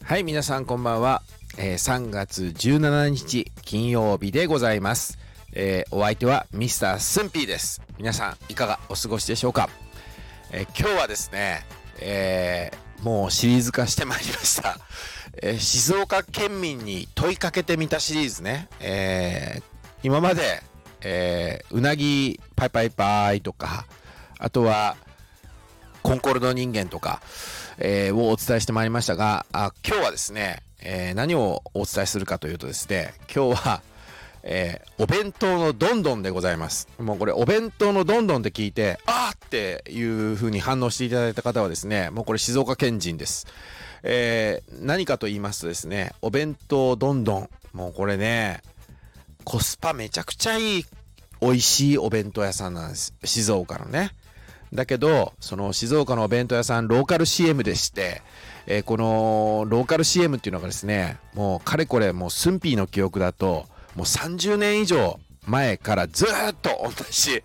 はい、皆さんこんばんは。3月17日金曜日でございます。お相手はミスタースンピーです。皆さんいかがお過ごしでしょうか。今日はですね、もうシリーズ化してまいりました。静岡県民に問いかけてみたシリーズね。今まで、うなぎパイパイパイとか、あとはコンコルド人間とか、をお伝えしてまいりましたが、今日はですね、何をお伝えするかというとですね、今日は、お弁当のどんどんでございます。もうこれお弁当のどんどんって聞いて、あーっていう風に反応していただいた方はですね、もうこれ静岡県人です。何かと言いますとですね、お弁当どんどん、もうこれね、コスパめちゃくちゃいい美味しいお弁当屋さんなんです。静岡のね。だけどその静岡のお弁当屋さんローカル CM でして、このローカル CM っていうのがですね、もうかれこれもうスンピーの記憶だともう30年以上前からずーっと同じ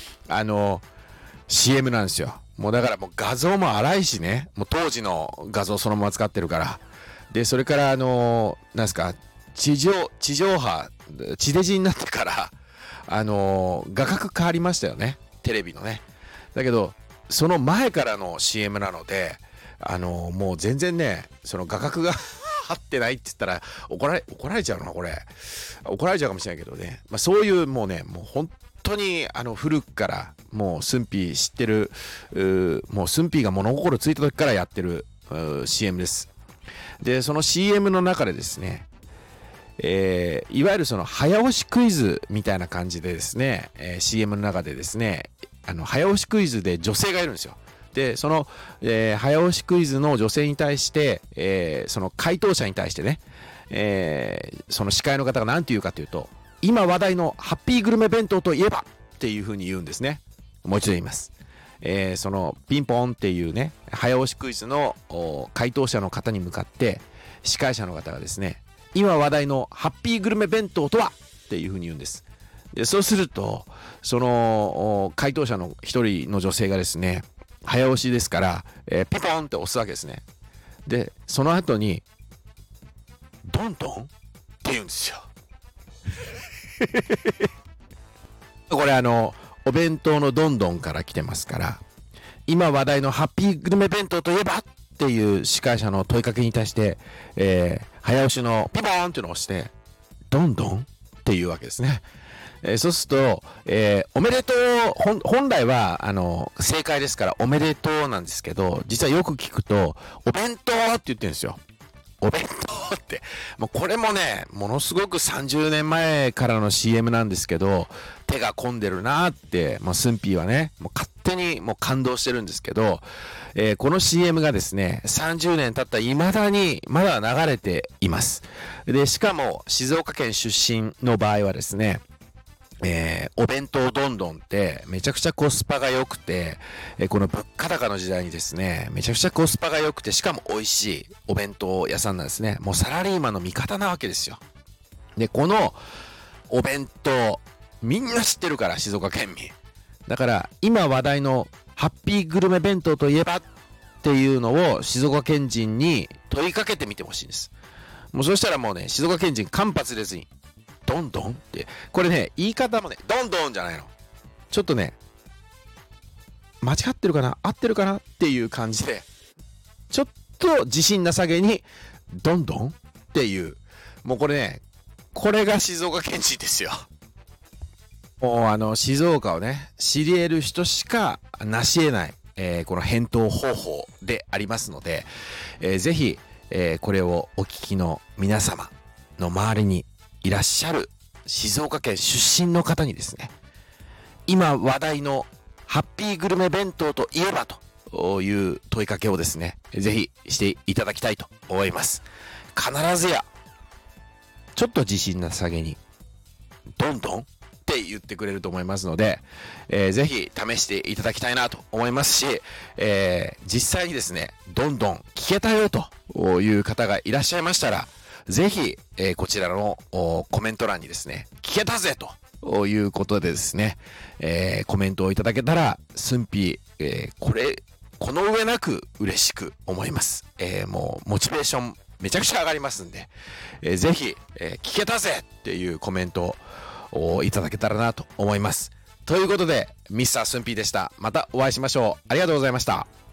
CM なんですよ。もうだからもう画像も荒いしね、もう当時の画像そのまま使ってるから。でそれからなんですか、地上波地デジになってから画角変わりましたよね、テレビのね。だけどその前からの CM なのでもう全然ね、その画角が合ってないって言ったら怒られちゃうの、これ怒られちゃうかもしれないけどね、そういうもうね、もう本当に古くからもうスンピー知ってる、もうスンピーが物心ついた時からやってるCM です。でその CM の中でですね、いわゆるその早押しクイズみたいな感じでですね、CM の中でですね、早押しクイズで女性がいるんですよ。でその、早押しクイズの女性に対して、その回答者に対してね、その司会の方が何て言うかというと、今話題のハッピーグルメ弁当といえばっていうふうに言うんですね。もう一度言います。そのピンポンっていうね、早押しクイズの回答者の方に向かって司会者の方がですね、今話題のハッピーグルメ弁当とはっていうふうに言うんです。でそうするとその回答者の一人の女性がですね、早押しですから、ピポンって押すわけですね。でその後にどんどんって言うんですよ。これお弁当のどんどんから来てますから、今話題のハッピーグルメ弁当といえばっていう司会者の問いかけに対して、早押しのピポーンっていうのを押してどんどんっていうわけですね。そうすると、おめでとう、本来は正解ですからおめでとうなんですけど、実はよく聞くとお弁当って言ってるんですよ。お弁当って、もうこれもね、ものすごく30年前からの CM なんですけど、手が込んでるなーって、もうスンピーはね、もう勝手にもう感動してるんですけど、この CM がですね、30年経った未だにまだ流れています。でしかも静岡県出身の場合はですね、お弁当どんどんってめちゃくちゃコスパが良くて、この物価高の時代にですね、めちゃくちゃコスパが良くて、しかも美味しいお弁当屋さんなんですね。もうサラリーマンの味方なわけですよ。でこのお弁当みんな知ってるから、静岡県民だから、今話題のハッピーグルメ弁当といえばっていうのを静岡県人に問いかけてみてほしいんです。もうそしたらもうね、静岡県人間髪入れずにどんどんって、これね、言い方もね、どんどんじゃないの。ちょっとね、間違ってるかな、合ってるかなっていう感じで、ちょっと自信なさげに、どんどんっていう、もうこれね、これが静岡県人ですよ。もう静岡をね、知り得る人しか成し得ない、この返答方法でありますので、ぜひ、これをお聞きの皆様の周りにいらっしゃる静岡県出身の方にですね、今話題のハッピーグルメ弁当といえばという問いかけをですね、ぜひしていただきたいと思います。必ずやちょっと自信なさげにどんどんって言ってくれると思いますので、ぜひ試していただきたいなと思いますし、実際にですね、どんどん聞けたよという方がいらっしゃいましたら、ぜひ、こちらのコメント欄にですね、聞けたぜということでですね、コメントをいただけたら、スンピー、この上なく嬉しく思います。もうモチベーションめちゃくちゃ上がりますんで、ぜひ、聞けたぜっていうコメントをいただけたらなと思います。ということで、ミスタースンピーでした。またお会いしましょう。ありがとうございました。